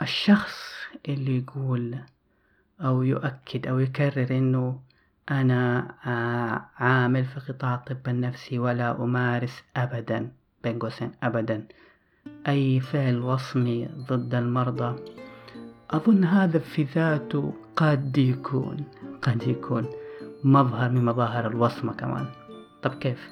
الشخص اللي يقول أو يؤكد أو يكرر إنه أنا عامل في قطاع الطب النفسي ولا أمارس أبدا بين قوسين أبدا أي فعل وصمي ضد المرضى، أظن هذا في ذاته قد يكون مظهر من مظاهر الوصمة كمان. طب كيف؟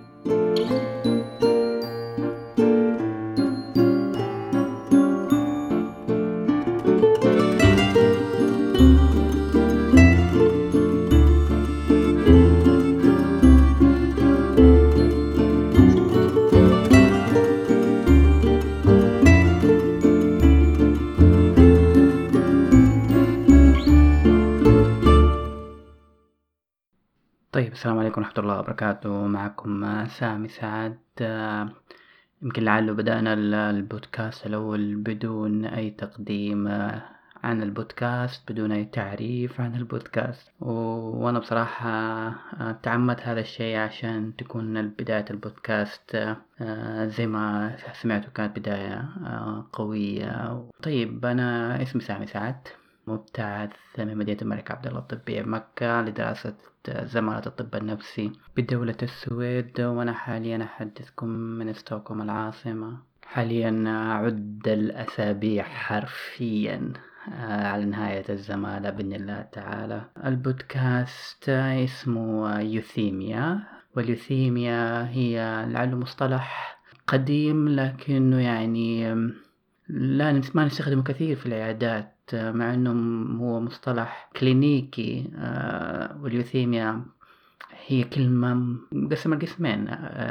طيب، السلام عليكم ورحمة الله وبركاته. معكم سامي سعد. يمكن لعله بدأنا البودكاست الأول بدون أي تقديم عن البودكاست، بدون أي تعريف عن البودكاست، وأنا بصراحة تعمدت هذا الشيء عشان تكون بداية البودكاست زي ما سمعتوا كانت بداية قوية. طيب، أنا اسمي سامي سعد، مبتعث من مدينة الملك عبدالله الطبية بمكة لدراسة زمالة الطب النفسي بدولة السويد، وأنا حاليا أحدثكم من ستوكهولم العاصمة. حاليا أعد الأسابيع حرفيا على نهاية الزمالة بإذن الله تعالى. البودكاست اسمه يوثيميا، واليوثيميا هي لعله مصطلح قديم لكنه يعني ما نستخدمه كثير في العيادات، مع انه هو مصطلح كلينيكي. واليوثيميا هي كلمة مقسمة لقسمين،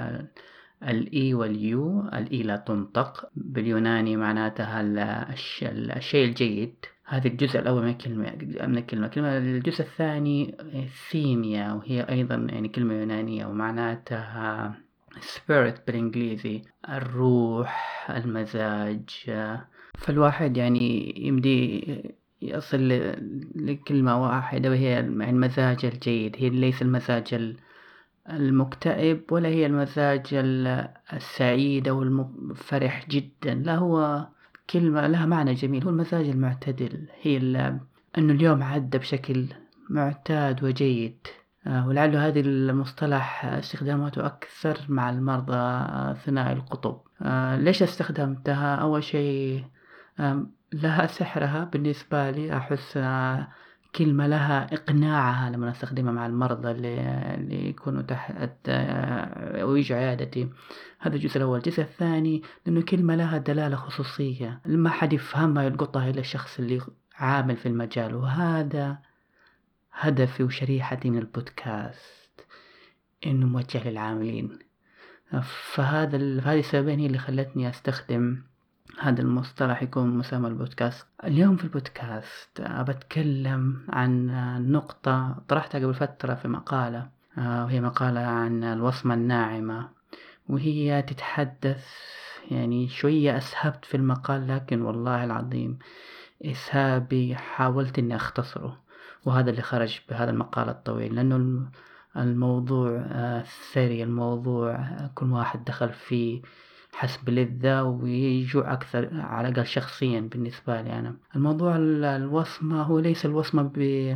الإي واليو. الإي لا تنطق باليوناني، معناتها الشيء الجيد. هذا الجزء الأول من الكلمة. الجزء الثاني ثيميا، وهي أيضا يعني كلمة يونانية ومعناتها spirit بالإنجليزي، الروح، المزاج. فالواحد يعني يمدي يصل لكلمة واحدة، وهي المزاج الجيد. هي ليس المزاج المكتئب، ولا هي المزاج السعيد أو الفرح جدا، لا، هو كلمة لها معنى جميل، هو المزاج المعتدل. هي أنه اليوم عدى بشكل معتاد وجيد. ولعل هذه المصطلح استخداماته أكثر مع المرضى ثنائي القطب. ليش استخدمتها؟ أول شيء لها سحرها بالنسبة لي، أحس كلمة لها إقناعها لما أستخدمها مع المرضى اللي يكونوا تحت ويجوا عيادتي. هذا الجزء الأول. الجزء الثاني لأنه كلمة لها دلالة خصوصية، لما حد يفهمها يلقطها إلى الشخص اللي عامل في المجال، وهذا هدفي وشريحتي من البودكاست، إنه موجه للعاملين. فهذه السببين هي اللي خلتني أستخدم هذا المصطلح يكون مسمى البودكاست. اليوم في البودكاست بتكلم عن نقطة طرحتها قبل فترة في مقالة، وهي مقالة عن الوصمة الناعمة، وهي تتحدث يعني شوية أسهبت في المقال، لكن والله العظيم إسهابي حاولت إني أختصره، وهذا اللي خرج بهذا المقال الطويل، لأنه الموضوع ثري، الموضوع كل واحد دخل فيه حسب لذة ويجوع أكثر، على الأقل شخصيا بالنسبة لي أنا. الموضوع الوصمة هو ليس الوصمة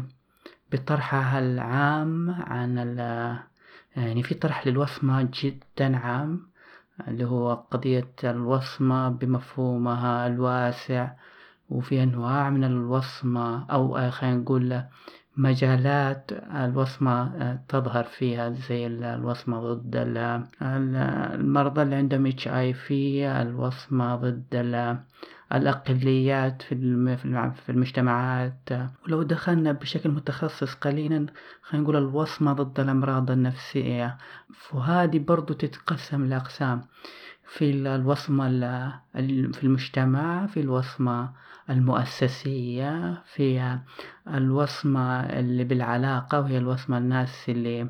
بطرحها العام عن يعني في طرح للوصمة جدا عام، اللي هو قضية الوصمة بمفهومها الواسع، وفي أنواع من الوصمة، أو خلينا نقول مجالات الوصمة تظهر فيها، زي الوصمة ضد المرضى اللي عندهم HIV، الوصمة ضد الأقليات في المجتمعات. ولو دخلنا بشكل متخصص قليلا، خلينا نقول الوصمة ضد الأمراض النفسية، فهذه برضو تتقسم لأقسام. في الوصمة في المجتمع، في الوصمة المؤسسية، في الوصمة اللي بالعلاقة، وهي الوصمة الناس اللي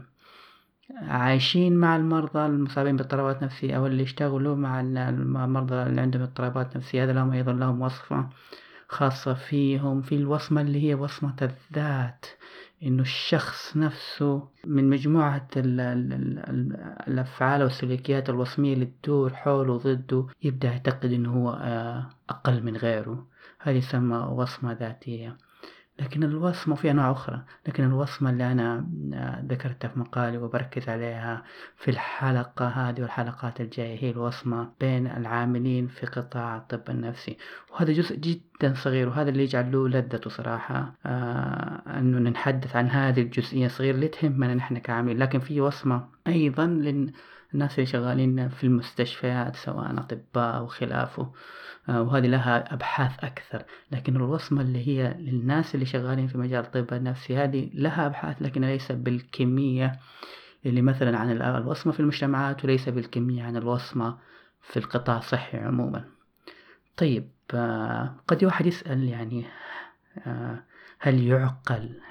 عايشين مع المرضى المصابين باضطرابات نفسية، أو اللي يشتغلوا مع المرضى اللي عندهم اضطرابات نفسية، هذا لهم أيضا لهم وصفة. خاصة فيهم، في الوصمة اللي هي وصمة الذات، إنه الشخص نفسه من مجموعة الأفعال والسلوكيات الوصمية اللي تدور حوله وضده يبدأ يعتقد إنه هو أقل من غيره. هذه يسمى وصمة ذاتية. لكن الوصمة في أنواع أخرى، لكن الوصمة اللي أنا ذكرتها في مقالي وبركز عليها في الحلقة هذه والحلقات الجاية هي الوصمة بين العاملين في قطاع الطب النفسي. وهذا جزء جدا صغير، وهذا اللي يجعل له لذته صراحة، أنه نتحدث عن هذه الجزئية الصغيرة اللي تهمنا نحن كعاملين. لكن في وصمة أيضا للناس اللي شغالين في المستشفيات سواء أطباء أو خلافه، وهذه لها أبحاث أكثر. لكن الوصمة اللي هي للناس اللي شغالين في مجال الطب النفسي هذه لها أبحاث، لكن ليس بالكمية اللي مثلا عن الوصمة في المجتمعات، وليس بالكمية عن الوصمة في القطاع الصحي عموما. طيب، قد واحد يسأل يعني هل يعقل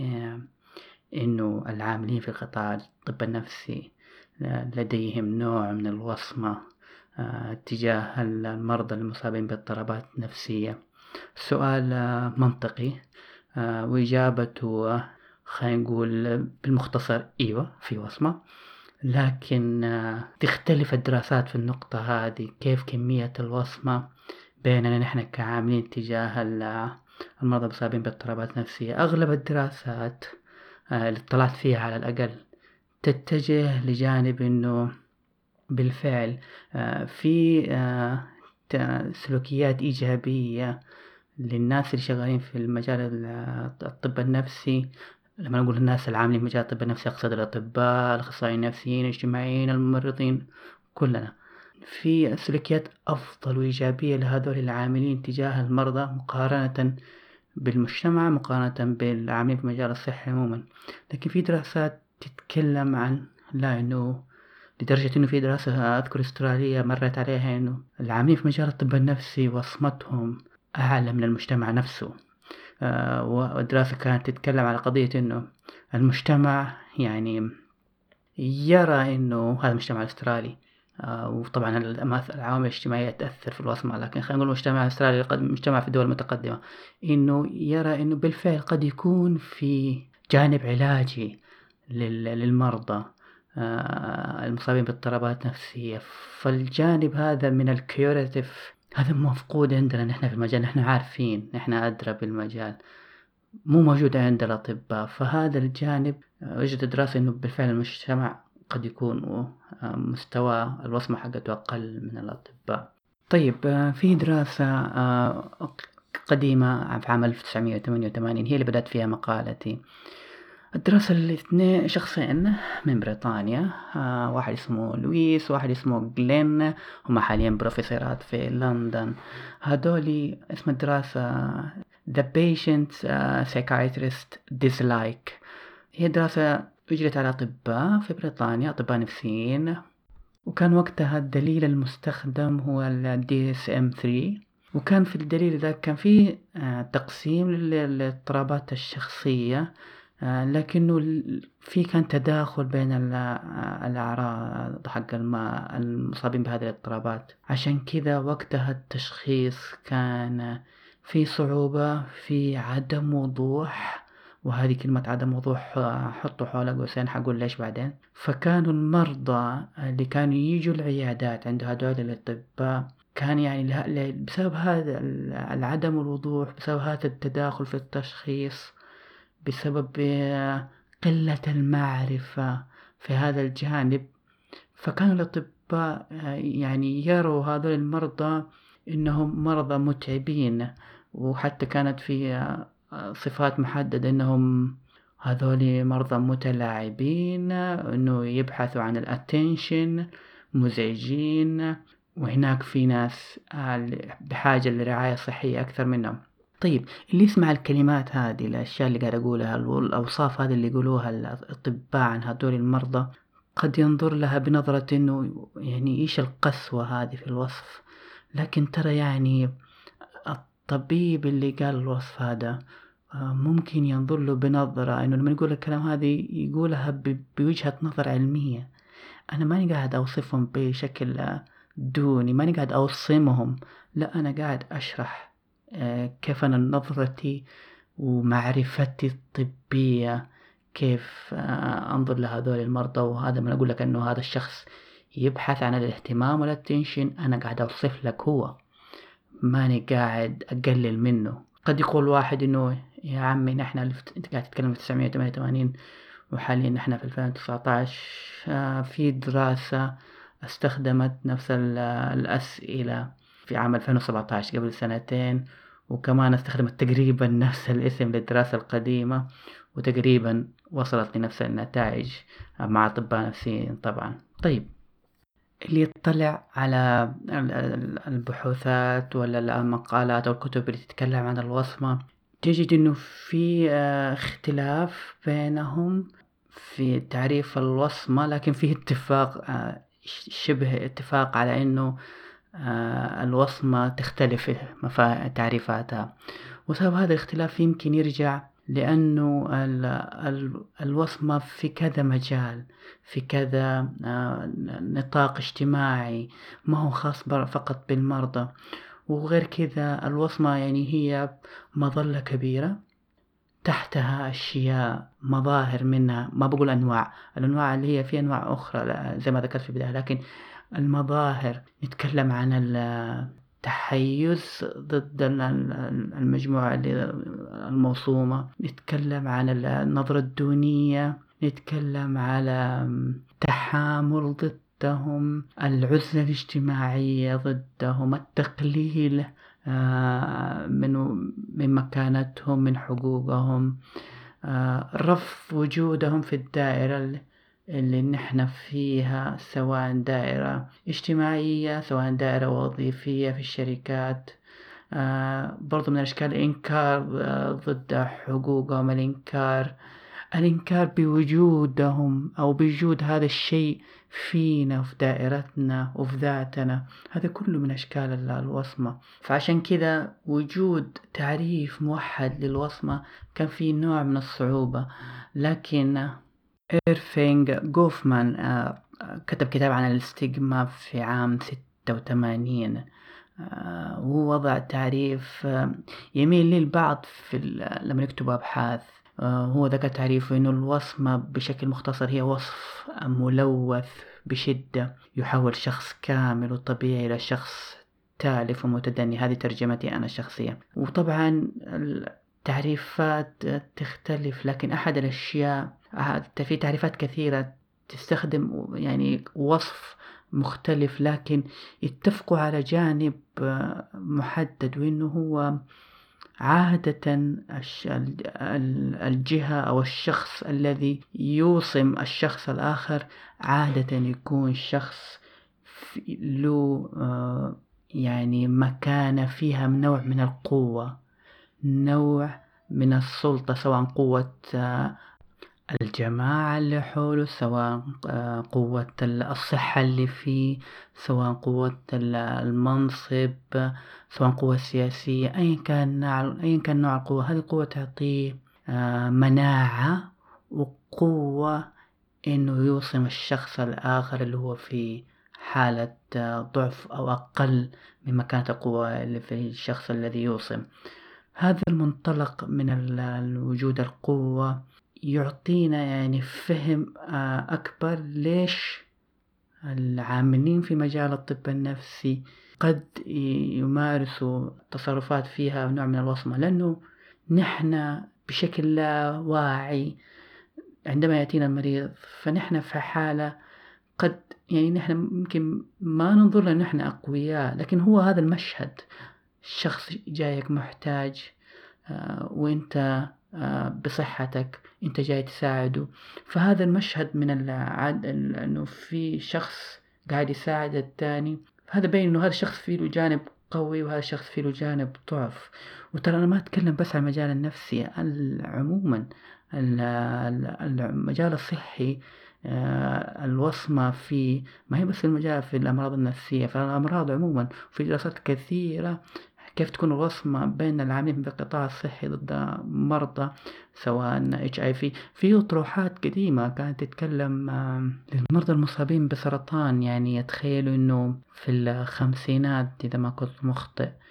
إنه العاملين في قطاع الطب النفسي لديهم نوع من الوصمة تجاه المرضى المصابين باضطرابات نفسية؟ سؤال منطقي، وإجابته خلينا نقول بالمختصر إيوه، في وصمة. لكن تختلف الدراسات في النقطة هذه، كيف كمية الوصمة بيننا نحن كعاملين تجاه المرضى المصابين باضطرابات نفسية. أغلب الدراسات اللي اطلعت فيها على الأقل تتجه لجانب إنه بالفعل في سلوكيات إيجابية للناس اللي شغالين في المجال الطب النفسي. لما نقول الناس العاملين في مجال الطب النفسي أقصد الأطباء، الأخصائيين النفسيين، الاجتماعيين، الممرضين، كلنا في سلوكيات أفضل وإيجابية لهذول العاملين تجاه المرضى مقارنة بالمجتمع، مقارنة بالعاملين في مجال الصحة عموما. لكن في دراسات تتكلم عن لا، إنه لدرجة إنه في دراسة أذكر أسترالية مرت عليها إنه العاملين في مجال الطب النفسي وصمتهم أعلى من المجتمع نفسه. والدراسة كانت تتكلم على قضية إنه المجتمع يعني يرى إنه هذا المجتمع الأسترالي، وطبعا العوامل الاجتماعية تأثر في الوصمة، لكن خلينا نقول المجتمع الأسترالي مجتمع في الدول المتقدمة، إنه يرى إنه بالفعل قد يكون في جانب علاجي للمرضى المصابين باضطرابات نفسية. فالجانب هذا من الكيوريتيف هذا مفقود عندنا نحن في المجال، نحن عارفين، نحن أدرى بالمجال، مو موجود عند الأطباء. فهذا الجانب وجدت دراسة إنه بالفعل المجتمع قد يكون مستوى الوصمة حقته أقل من الأطباء. طيب، في دراسة قديمة في عام 1988 هي اللي بدأت فيها مقالتي. الدراسة الاثنين شخصين من بريطانيا، واحد اسمه لويس وواحد اسمه جلين، هما حاليا بروفيسورات في لندن. هذولي اسم الدراسة The Patient's Psychiatrist Dislike. هي دراسة أجرت على أطباء في بريطانيا، أطباء نفسيين، وكان وقتها الدليل المستخدم هو ال DSM-3. وكان في الدليل ذا كان فيه تقسيم للاضطرابات الشخصية، لكنه في كان تداخل بين الأعراض حق المصابين بهذه الاضطرابات. عشان كذا وقتها التشخيص كان في صعوبة، في عدم وضوح، وهذه كلمة عدم وضوح حطوا حولها قوسين حقول ليش بعدين. فكانوا المرضى اللي كانوا يجوا العيادات عند هذول الأطباء كان يعني بسبب هذا العدم الوضوح، بسبب هذا التداخل في التشخيص، بسبب قلة المعرفة في هذا الجانب، فكانوا الأطباء يعني يروا هذول المرضى إنهم مرضى متعبين. وحتى كانت في صفات محددة إنهم هذول مرضى متلاعبين، إنه يبحثوا عن الاتنشن، مزعجين، وهناك في ناس بحاجة لرعاية صحية أكثر منهم. طيب، اللي يسمع الكلمات هذه، الأشياء اللي قاعد أقولها، الأوصاف هذه اللي يقولوها الأطباء عن هذول المرضى، قد ينظر لها بنظرة إنه يعني إيش القسوة هذه في الوصف. لكن ترى يعني الطبيب اللي قال الوصف هذا ممكن ينظر له بنظرة إنه لما يقول الكلام هذه يقولها بوجهة نظر علمية. أنا ماني قاعد أوصفهم بشكل دوني، ماني قاعد أوصمهم، لا، أنا قاعد أشرح كيف أنا نظرتي ومعرفتي الطبية، كيف أنظر لهذول المرضى. وهذا من أقول لك إنه هذا الشخص يبحث عن الاهتمام والattention، أنا قاعد أوصف لك هو، ماني قاعد أقلل منه. قد يقول واحد إنه يا عمي نحن أنت قاعد تتكلم في 988 وحاليا نحن في 2019. في دراسة استخدمت نفس الأسئلة في عام 2017 قبل سنتين، وكمان استخدمت تقريبا نفس الاسم للدراسة القديمة، وتقريبا وصلت لنفس النتائج مع أطباء نفسيين طبعا. طيب، اللي يطلع على البحوثات ولا المقالات أو الكتب اللي تتكلم عن الوصمة، تجد إنه في اختلاف بينهم في تعريف الوصمة، لكن فيه اتفاق، شبه اتفاق على إنه الوصمة تختلف تعريفاتها. وسبب هذا الاختلاف يمكن يرجع لأنه الوصمة في كذا مجال، في كذا نطاق اجتماعي، ما هو خاص فقط بالمرضى. وغير كذا الوصمة يعني هي مظلة كبيرة تحتها أشياء، مظاهر منها، ما بقول الأنواع اللي هي في أنواع أخرى زي ما ذكرت في البداية، لكن المظاهر نتكلم عن التحيز ضد المجموعة الموصومة، نتكلم عن النظرة الدونية، نتكلم على تحامل ضدهم، العزلة الاجتماعية ضدهم، التقليل من مكانتهم، من حقوقهم، رفض وجودهم في الدائرة اللي نحن فيها، سواء دائرة اجتماعية سواء دائرة وظيفية في الشركات. برضو من الأشكال الإنكار ضد حقوقهم، الإنكار بوجودهم أو بوجود هذا الشيء فينا في دائرتنا وفي ذاتنا، هذا كله من أشكال الوصمة. فعشان كذا وجود تعريف موحد للوصمة كان فيه نوع من الصعوبة. لكن إيرفينغ غوفمان كتب كتاب عن الاستيغما في عام 86. هو وضع تعريف يميل للبعض لما يكتبوا أبحاث. هو ذكر تعريفه إنه الوصمة بشكل مختصر هي وصف ملوث بشدة يحول شخص كامل وطبيعي إلى شخص تالف ومتدني. هذه ترجمتي أنا الشخصية، وطبعا التعريفات تختلف، لكن أحد الأشياء في تعريفات كثيرة تستخدم يعني وصف مختلف، لكن يتفقوا على جانب محدد، وإنه هو عادة الجهة أو الشخص الذي يوصم الشخص الآخر عادة يكون شخص له يعني مكانة فيها نوع من القوة، نوع من السلطة، سواء قوة الجماعة اللي حوله، سواء قوة الصحة اللي فيه، سواء قوة المنصب، سواء قوة سياسية، أي كان نوع القوة. هذه القوة تعطيه مناعة وقوة إنه يوصم الشخص الآخر اللي هو في حالة ضعف أو أقل من مكانة القوة اللي في الشخص الذي يوصم. هذا المنطلق من وجود القوة يعطينا يعني فهم أكبر ليش العاملين في مجال الطب النفسي قد يمارسوا تصرفات فيها نوع من الوصمة، لأنه نحن بشكل لا واعي عندما يأتينا المريض فنحن في حالة قد يعني نحن ممكن ما ننظر لأن نحن أقوياء، لكن هو هذا المشهد، الشخص جايك محتاج وانت بصحتك انت جاي تساعده. فهذا المشهد من انه في شخص قاعد يساعد الثاني، هذا بين انه هذا الشخص فيه له جانب قوي وهذا الشخص فيه له جانب ضعف. وترى انا ما اتكلم بس عن المجال النفسي، عموما المجال الصحي الوصمة ما هي بس المجال في الأمراض النفسية، فالأمراض عموما في دراسات كثيرة كيف تكون الوصمة بين العاملين بالقطاع الصحي ضد مرضى سواء HIV. في أطروحات قديمة كانت تتكلم للمرضى المصابين بسرطان، يعني يتخيلوا أنه في الخمسينات إذا ما كنت مخطئ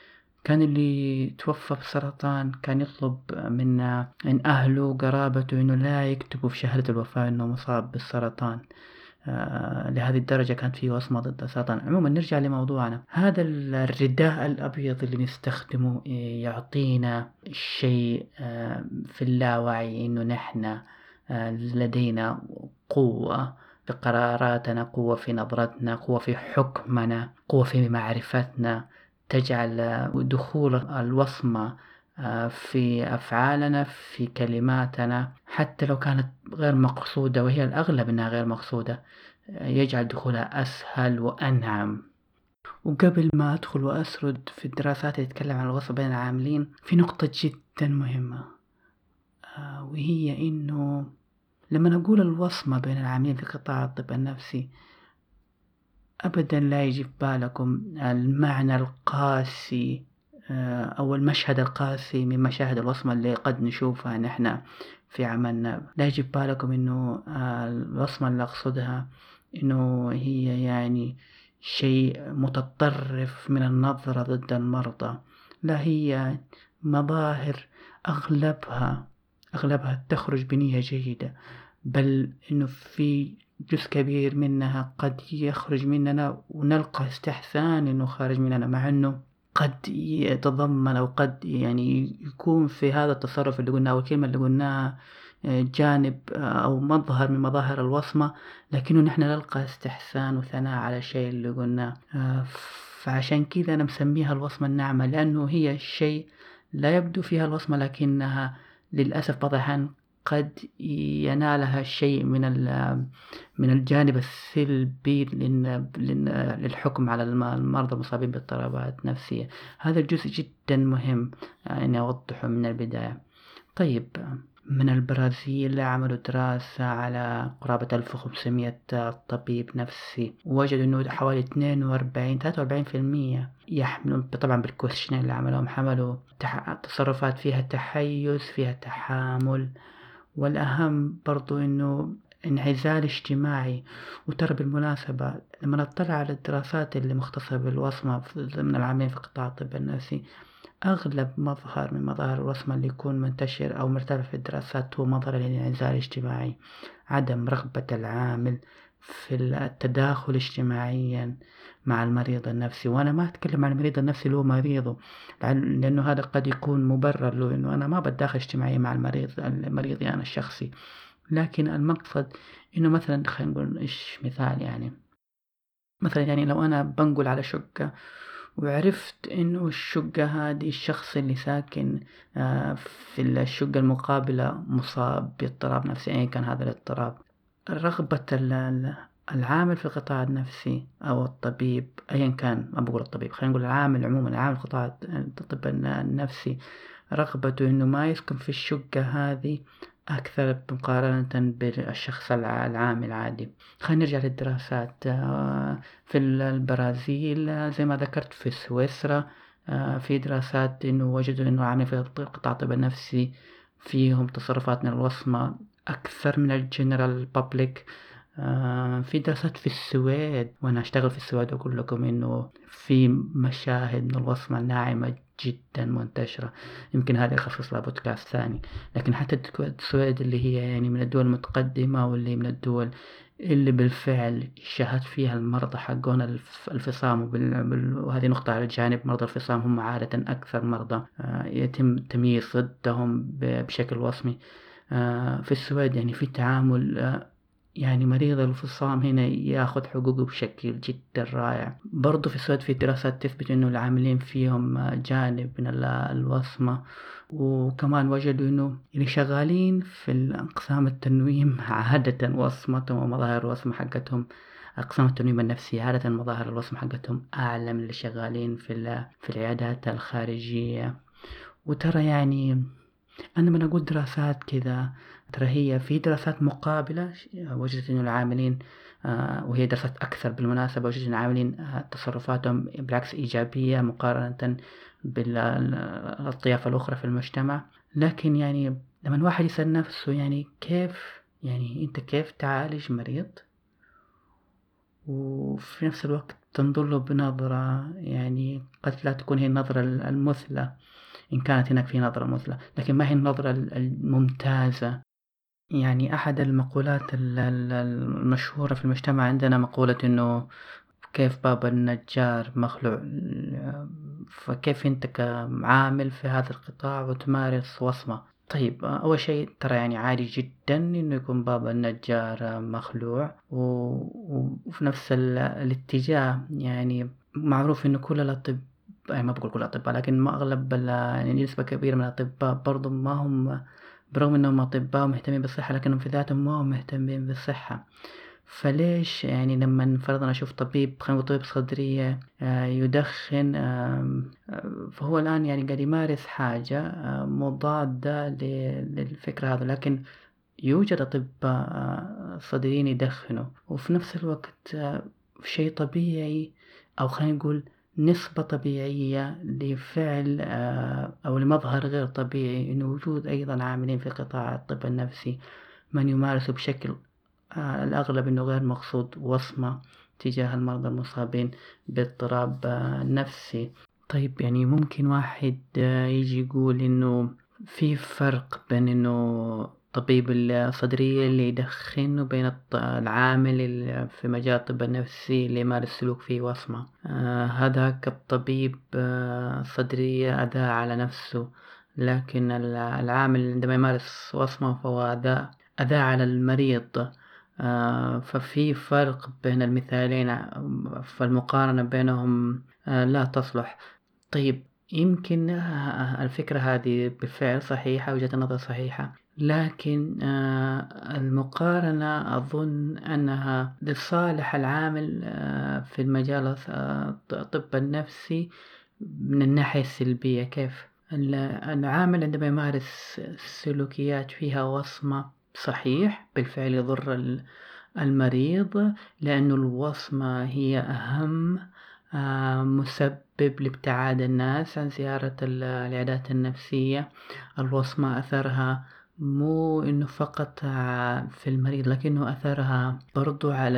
كان اللي توفى بسرطان كان يطلب من أهله قرابته إنه لا يكتبوا في شهادة الوفاة إنه مصاب بالسرطان. لهذه الدرجة كانت في وصمة ضد السرطان. عموما نرجع لموضوعنا. هذا الرداء الأبيض اللي نستخدمه يعطينا شيء في اللاوعي إنه نحن لدينا قوة في قراراتنا، قوة في نظرتنا، قوة في حكمنا، قوة في معرفتنا، تجعل دخول الوصمة في أفعالنا، في كلماتنا، حتى لو كانت غير مقصودة، وهي الأغلب أنها غير مقصودة، يجعل دخولها أسهل وأنعم. وقبل ما أدخل وأسرد في الدراسات اللي تتكلم عن الوصمة بين العاملين، في نقطة جدا مهمة، وهي إنه لما نقول الوصمة بين العاملين في قطاع الطب النفسي، أبدا لا يجي في بالكم المعنى القاسي أو المشهد القاسي من مشاهد الوصمة اللي قد نشوفها نحن في عملنا. لا يجي في بالكم إنه الوصمة اللي أقصدها إنه هي يعني شيء متطرف من النظرة ضد المرضى. لا، هي مظاهر أغلبها تخرج بنية جيدة، بل إنه في جزء كبير منها قد يخرج مننا ونلقى استحسان إنه خارج مننا، مع إنه قد يتضمن أو قد يعني يكون في هذا التصرف اللي قلناه والكلمة اللي قلناها جانب أو مظهر من مظاهر الوصمة، لكنه نحن نلقى استحسان وثناء على الشيء اللي قلناه. فعشان كذا أنا مسميها الوصمة الناعمة، لأنه هي الشيء لا يبدو فيها الوصمة، لكنها للأسف بعض الأحيان قد ينالها شيء من الجانب السلبي للحكم على المرضى المصابين باضطرابات نفسية. هذا الجزء جدا مهم أني أوضحه من البداية. طيب، من البرازيل عملوا دراسة على قرابة 1500 طبيب نفسي، ووجدوا أنه حوالي 43% يحملون، طبعا بالكويشنير اللي عملوهم، حملوا تصرفات فيها تحيز، فيها تحامل، والأهم برضو أنه انعزال اجتماعي. وترى بالمناسبة لما نطلع على الدراسات اللي مختصة بالوصمة ضمن العاملين في قطاع الطب النفسي، أغلب مظهر من مظاهر الوصمة اللي يكون منتشر أو مرتفع في الدراسات هو مظهر الانعزال الاجتماعي، عدم رغبة العامل في التداخل اجتماعيا مع المريض النفسي. وأنا ما أتكلم عن المريض النفسي اللي هو مريضه، لأنه هذا قد يكون مبرر له، إنه أنا ما بتداخل اجتماعيا مع مريضي أنا الشخصي، لكن المقصد إنه مثلا خلينا نقول إيش مثال، يعني مثلا يعني لو أنا بنقل على شقة وعرفت إنه الشقة هذه الشخص اللي ساكن في الشقة المقابلة مصاب باضطراب نفسي، أيا كان هذا الاضطراب، رغبة العامل في القطاع النفسي أو الطبيب أيا كان، ما بقول الطبيب، خلينا نقول العامل عموما، العامل في قطاع الطب النفسي، رغبته إنه ما يسكن في الشقة هذه أكثر مقارنة بالشخص العامل العادي. خلينا نرجع للدراسات. في البرازيل زي ما ذكرت، في سويسرا في دراسات إنه وجدوا إنه عاملين في قطاع الطب النفسي فيهم تصرفات من الوصمة أكثر من الجنرال بابليك. في دراسات في السويد، وأنا أشتغل في السويد، أقول لكم إنه في مشاهد من الوصمة الناعمة جدا منتشرة، يمكن هذا يخصص لها بودكاست ثاني. لكن حتى السويد اللي هي يعني من الدول المتقدمة، واللي من الدول اللي بالفعل شاهد فيها المرضى حقون الفصام، وهذه نقطة على الجانب، مرضى الفصام هم عادة أكثر مرضى يتم التمييز ضدهم بشكل وصمي. في السويد يعني في تعامل، يعني مريض الفصام هنا ياخذ حقوقه بشكل جدا رائع. برضو في السويد في دراسات تثبت انه العاملين فيهم جانب من الوصمة، وكمان وجدوا انه اللي شغالين في اقسام التنويم عادة وصمتهم ومظاهر الوصمة حقتهم، أقسام التنويم النفسي عادة مظاهر الوصمة حقتهم أعلى من اللي شغالين في العيادات الخارجية. وترى يعني أنا من أقول دراسات كذا، ترى هي في دراسات مقابلة وجدت إنه العاملين وهي دراسات أكثر بالمناسبة، وجدت إن العاملين تصرفاتهم بالعكس إيجابية مقارنة بالطيافة الأخرى في المجتمع. لكن يعني لما الواحد يسأل نفسه، يعني كيف، يعني أنت كيف تعالج مريض وفي نفس الوقت تنظر له بنظرة يعني قد لا تكون هي النظرة المثلى، إن كانت هناك في نظرة مثلى، لكن ما هي النظرة الممتازة. يعني أحد المقولات المشهورة في المجتمع عندنا مقولة إنه كيف باب النجار مخلوع، فكيف أنت كعامل في هذا القطاع وتمارس وصمة؟ طيب أول شيء ترى يعني عادي جدا إنه يكون باب النجار مخلوع، وفي نفس الاتجاه يعني معروف إنه كل الأطباء، يعني ما بقول كل الأطباء لكن ما أغلب يعني نسبة كبيرة من الأطباء برضو ما هم، برغم إنهم أطباء ومهتمين بالصحة لكنهم في ذاتهم ما هم مهتمين بالصحة. فليش يعني لما فرضنا أشوف طبيب، خلينا نقول طبيب صدرية يدخن، فهو الآن يعني قاعد يمارس حاجة مضادة للفكرة هذا، لكن يوجد أطباء صدريين يدخنوا، وفي نفس الوقت شيء طبيعي، أو خلينا نقول نسبة طبيعية لفعل أو لمظهر غير طبيعي إنه وجود أيضا عاملين في قطاع الطب النفسي من يمارس بشكل الأغلب إنه غير مقصود وصمة تجاه المرضى المصابين باضطراب نفسي. طيب يعني ممكن واحد يجي يقول إنه في فرق بين إنه طبيب الصدرية اللي يدخن وبين العامل اللي في مجال الطب النفسي اللي يمارس سلوك فيه وصمة. هذاك الطبيب صدرية أذى على نفسه، لكن العامل عندما يمارس وصمة فهو أذى على المريض. ففي فرق بين المثالين، فالمقارنة بينهم لا تصلح. طيب يمكن الفكرة هذه بالفعل صحيحة، وجهة النظر صحيحة، لكن المقارنة أظن أنها لصالح العامل في المجال الطب النفسي من الناحية السلبية. كيف؟ العامل عندما يمارس سلوكيات فيها وصمة صحيح بالفعل يضر المريض، لأن الوصمة هي أهم مسبب لابتعاد الناس عن زيارة العيادات النفسية. الوصمة أثرها مو إنه فقط في المريض، لكنه أثرها برضو على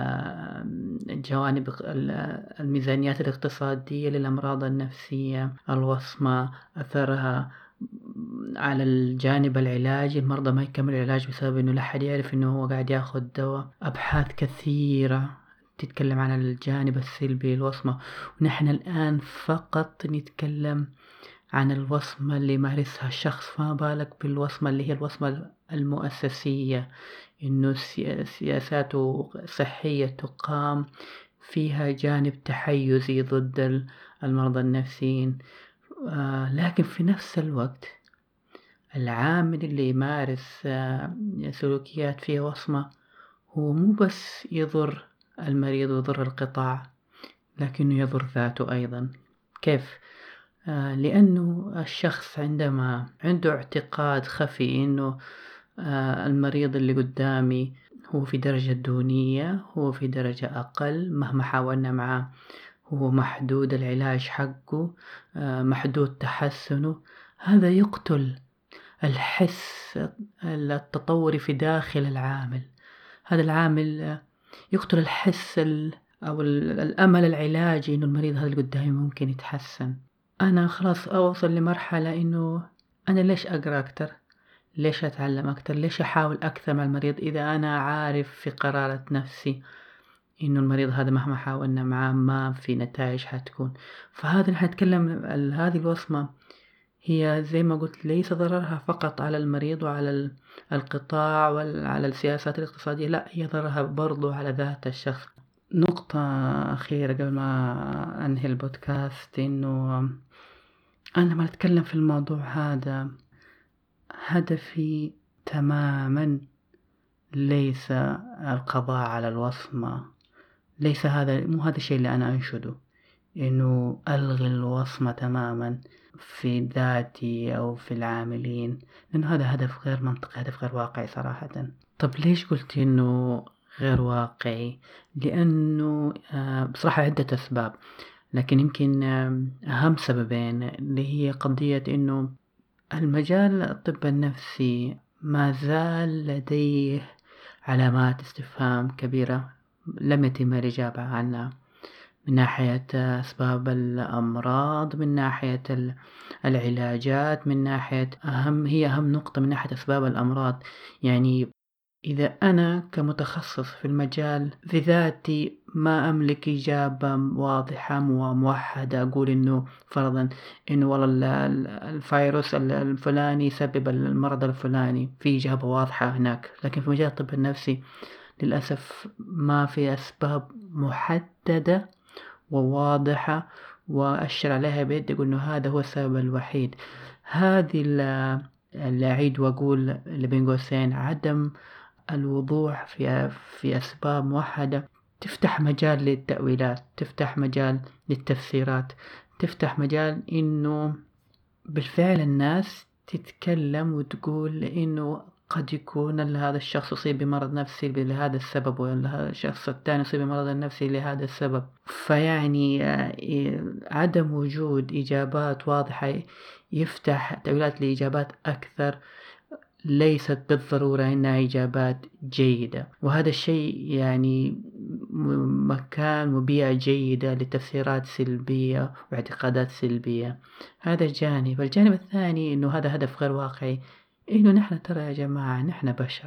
الجوانب الميزانيات الاقتصادية للأمراض النفسية. الوصمة أثرها على الجانب العلاجي، المرضى ما يكمل العلاج بسبب إنه لا حد يعرف إنه هو قاعد ياخد دواء. أبحاث كثيرة تتكلم عن الجانب السلبي للوصمة، ونحن الآن فقط نتكلم عن الوصمة اللي يمارسها الشخص، فما بالك بالوصمة اللي هي الوصمة المؤسسية، إنه سياسات صحية تقام فيها جانب تحيزي ضد المرضى النفسيين. لكن في نفس الوقت العامل اللي يمارس سلوكيات فيها وصمة هو مو بس يضر المريض ويضر القطاع، لكنه يضر ذاته أيضا. كيف؟ لأنه الشخص عندما عنده اعتقاد خفي إنه المريض اللي قدامي هو في درجة دونية، هو في درجة أقل، مهما حاولنا معه هو محدود العلاج حقه، محدود تحسنه، هذا يقتل الحس التطوري في داخل العامل. هذا العامل يقتل الحس أو الأمل العلاجي إنه المريض هذا اللي قدامي ممكن يتحسن. أنا خلاص أوصل لمرحلة إنه أنا ليش أقرأ أكتر، ليش أتعلم أكتر، ليش أحاول أكثر مع المريض إذا أنا عارف في قرارة نفسي إنه المريض هذا مهما حاولنا معاه ما في نتائج حتكون. فهذا نحن نتكلم هذه الوصمة هي زي ما قلت ليس ضررها فقط على المريض وعلى القطاع وعلى السياسات الاقتصادية، لا، هي ضررها برضو على ذات الشخص. نقطة أخيرة قبل ما أنهي البودكاست، إنه أنا لما أتكلم في الموضوع هذا هدفي تماما ليس القضاء على الوصمة، ليس هذا، مو هذا الشيء اللي أنا أنشده، إنه ألغي الوصمة تماما في ذاتي أو في العاملين، لأنه هذا هدف غير منطقي، هدف غير واقعي صراحة. طب ليش قلت إنه غير واقعي؟ لأنه بصراحة عدة أسباب، لكن يمكن أهم سببين اللي هي قضية إنه المجال الطب النفسي ما زال لديه علامات استفهام كبيرة لم يتم الإجابة عنها، من ناحية أسباب الأمراض، من ناحية العلاجات، من ناحية هي أهم نقطة من ناحية أسباب الأمراض. يعني إذا أنا كمتخصص في المجال في ذاتي ما أملك إجابة واضحة وموحدة أقول إنه فرضا إنه والله الفيروس الفلاني يسبب المرض الفلاني، في إجابة واضحة هناك. لكن في مجال الطب النفسي للأسف ما في أسباب محددة وواضحة وأشر عليها بيد يقول إنه هذا هو السبب الوحيد. هذه اللي أعيد وأقول اللي بين قوسين عدم الوضوح في أسباب موحدة تفتح مجال للتأويلات، تفتح مجال للتفسيرات، تفتح مجال إنه بالفعل الناس تتكلم وتقول إنه قد يكون هذا الشخص يصيب بمرض نفسي لهذا السبب، ولا الشخص الثاني يصيب بمرض نفسي لهذا السبب. فيعني عدم وجود إجابات واضحة يفتح تأويلات لإجابات أكثر ليست بالضرورة إنها إجابات جيدة، وهذا الشيء يعني مكان وبيئة جيدة لتفسيرات سلبية واعتقادات سلبية. هذا الجانب. الجانب الثاني إنه هذا هدف غير واقعي، إنه نحن ترى يا جماعة نحن بشر،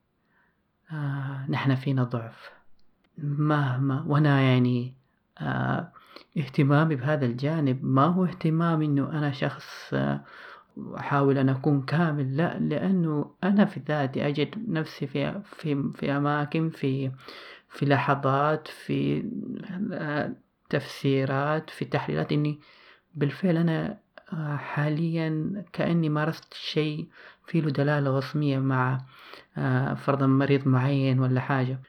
نحن فينا ضعف مهما. وأنا يعني اهتمامي بهذا الجانب ما هو اهتمام إنه أنا شخص أحاول أن أكون كامل، لا، لأنه أنا في ذاتي أجد نفسي في أماكن، في لحظات، في تفسيرات، في تحليلات، إني بالفعل أنا حاليا كأني مارست شيء فيه له دلالة وصمية مع فرضا مريض معين ولا حاجة.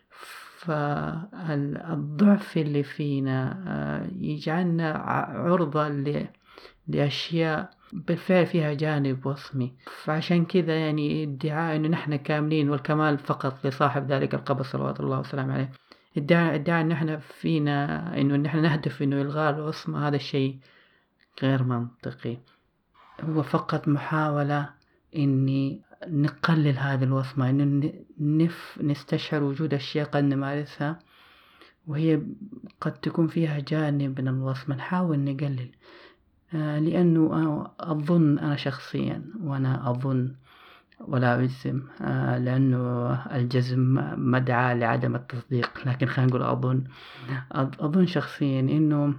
فالضعف اللي فينا يجعلنا عرضة لأشياء بالفعل فيها جانب وصمي. فعشان كذا يعني ادعاء إنه نحن كاملين والكمال فقط لصاحب ذلك القبر صلوات الله وسلام عليه، ادعاء إن نحن فينا إنه نحن نهدف إنه إلغاء الوصمة، هذا الشيء غير منطقي. هو فقط محاولة إني نقلل هذه الوصمة، إنه نستشعر وجود أشياء قد نمارسها وهي قد تكون فيها جانب من الوصمة، نحاول نقلل. لأنه أظن أنا شخصيا، وأنا أظن ولا أجزم لأنه الجزم مدعاة لعدم التصديق، لكن خلينا نقول أظن شخصيا إنه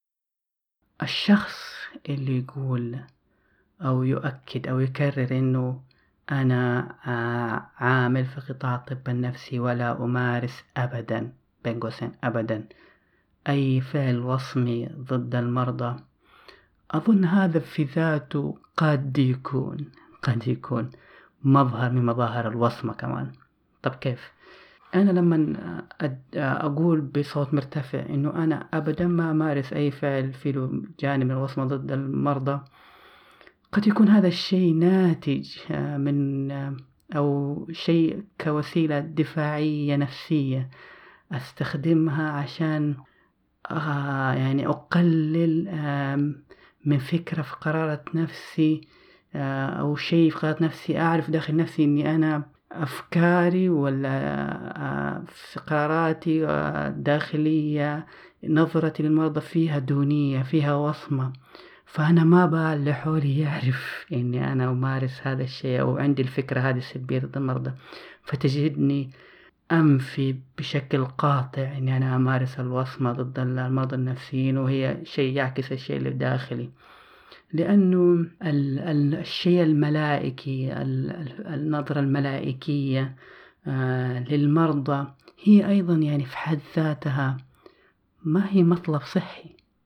الشخص اللي يقول أو يؤكد أو يكرر إنه أنا عامل في قطاع الطب النفسي ولا أمارس أبدا بين قوسين أبدا أي فعل وصمي ضد المرضى، أظن هذا في ذاته قد يكون مظهر من مظاهر الوصمة كمان. طب كيف؟ أنا لما أقول بصوت مرتفع إنه أنا أبدا ما أمارس أي فعل فيه جانب من الوصمة ضد المرضى، قد يكون هذا الشيء ناتج من أو شيء كوسيلة دفاعية نفسية أستخدمها عشان يعني أقلل من فكرة في قرارة نفسي أو شيء في قرارة نفسي، أعرف داخل نفسي إني أنا أفكاري ولا في قراراتي داخلية نظرتي للمرضى فيها دونية، فيها وصمة، فأنا ما بقى اللي حولي يعرف إني أنا أمارس هذا الشيء أو عندي الفكرة هذه السلبية ضد المرضى، فتجدني أنفي بشكل قاطع إني أنا أمارس الوصمة ضد المرضى النفسيين، وهي شيء يعكس الشيء اللي بداخلي. لأنه الشيء الملائكي، النظرة الملائكية للمرضى هي أيضا يعني في حد ذاتها ما هي مطلب صحي،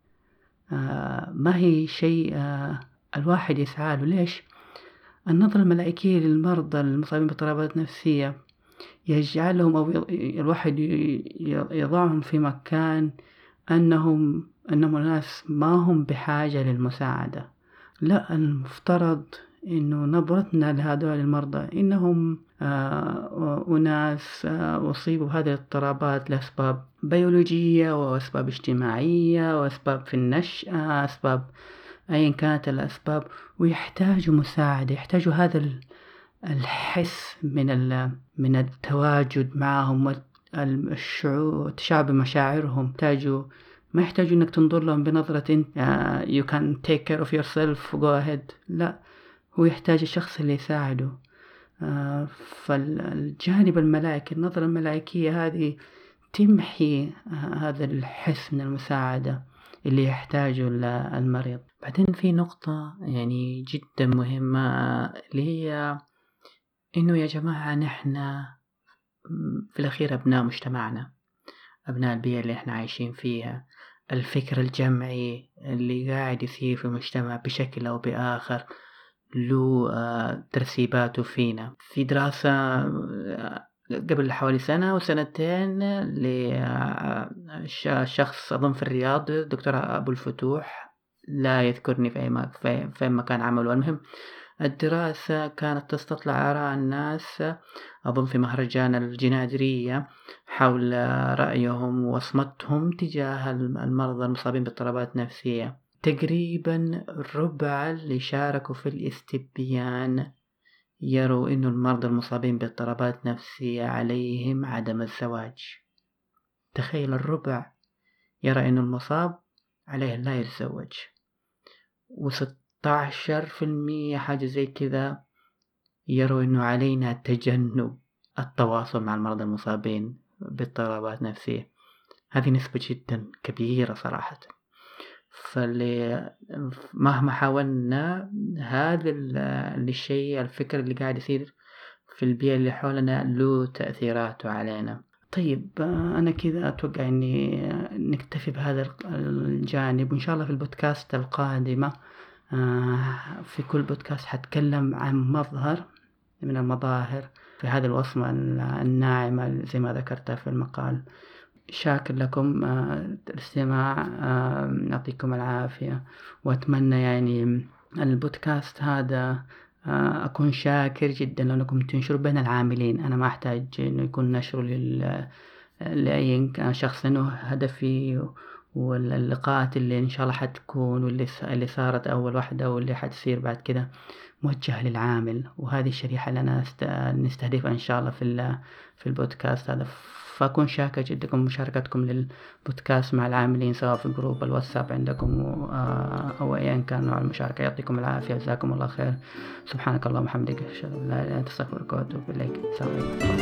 ما هي شيء الواحد يسعى له. ليش؟ النظرة الملائكية للمرضى المصابين باضطرابات نفسية يجعلهم أو الواحد يضعهم في مكان أنهم ناس ما هم بحاجة للمساعدة. لا، المفترض إنه نظرتنا لهؤلاء المرضى إنهم أناس أصيبوا بهذه الاضطرابات لأسباب بيولوجية وأسباب اجتماعية وأسباب في النشأة، أسباب أيا كانت الأسباب، ويحتاجوا مساعدة، يحتاجوا هذا الحس من التواجد معهم الشعور تشعب مشاعرهم، ما يحتاجوا إنك تنظر لهم بنظرة أنت you can take care of yourself go ahead، لا، هو يحتاج الشخص اللي يساعده. فالجانب الملائكي، النظرة الملائكية هذه تمحي هذا الحس من المساعدة اللي يحتاجه المريض. بعدين في نقطة يعني جدا مهمة اللي هي إنه يا جماعة نحن في الأخير أبناء مجتمعنا، أبناء البيئة اللي إحنا عايشين فيها. الفكر الجمعي اللي قاعد يصير في المجتمع بشكل أو بآخر له ترسيباته فينا. في دراسة قبل حوالي سنة أو سنتين لشخص أظن في الرياض، دكتور أبو الفتوح، لا يذكرني في أي مكان عمله. المهم الدراسة كانت تستطلع آراء الناس أظن في مهرجان الجنادرية حول رأيهم ووصمتهم تجاه المرضى المصابين باضطرابات نفسية. تقريبا ربع اللي شاركوا في الاستبيان يروا إنه المرضى المصابين باضطرابات نفسية عليهم عدم الزواج. تخيل، الربع يرى إنه المصاب عليه لا يتزوج، و16% حاجة زي كذا يروا إنه علينا تجنب التواصل مع المرضى المصابين باضطرابات نفسية. هذه نسبة جدا كبيرة صراحة. مهما حاولنا هذا الشيء، الفكر اللي قاعد يصير في البيئة اللي حولنا له تأثيراته علينا. طيب أنا كذا أتوقع أني نكتفي بهذا الجانب، وإن شاء الله في البودكاست القادمة في كل بودكاست حتكلم عن مظهر من المظاهر في هذه الوصمة الناعمة زي ما ذكرتها في المقال. شاكر لكم الاستماع، يعطيكم العافية، وأتمنى يعني البودكاست هذا أكون شاكر جدا لأنكم تنشروا بين العاملين. أنا ما أحتاج إنه يكون نشره لأي شخص، إنه هدفي واللقاءات اللي إن شاء الله حتكون واللي صارت أول واحدة واللي حتصير بعد كده موجهة للعامل، وهذه الشريحة اللي أنا نستهدفها إن شاء الله في البودكاست هذا. فأكون شاكر جدا مشاركتكم للبودكاست مع العاملين سواء في جروب الواتساب عندكم أو أيا كان نوع المشاركة. يعطيكم العافية، جزاكم الله خير. سبحانك اللهم وبحمدك، أشهد أن لا إله إلا أنت، أستغفرك وأتوب إليك. السلام عليكم.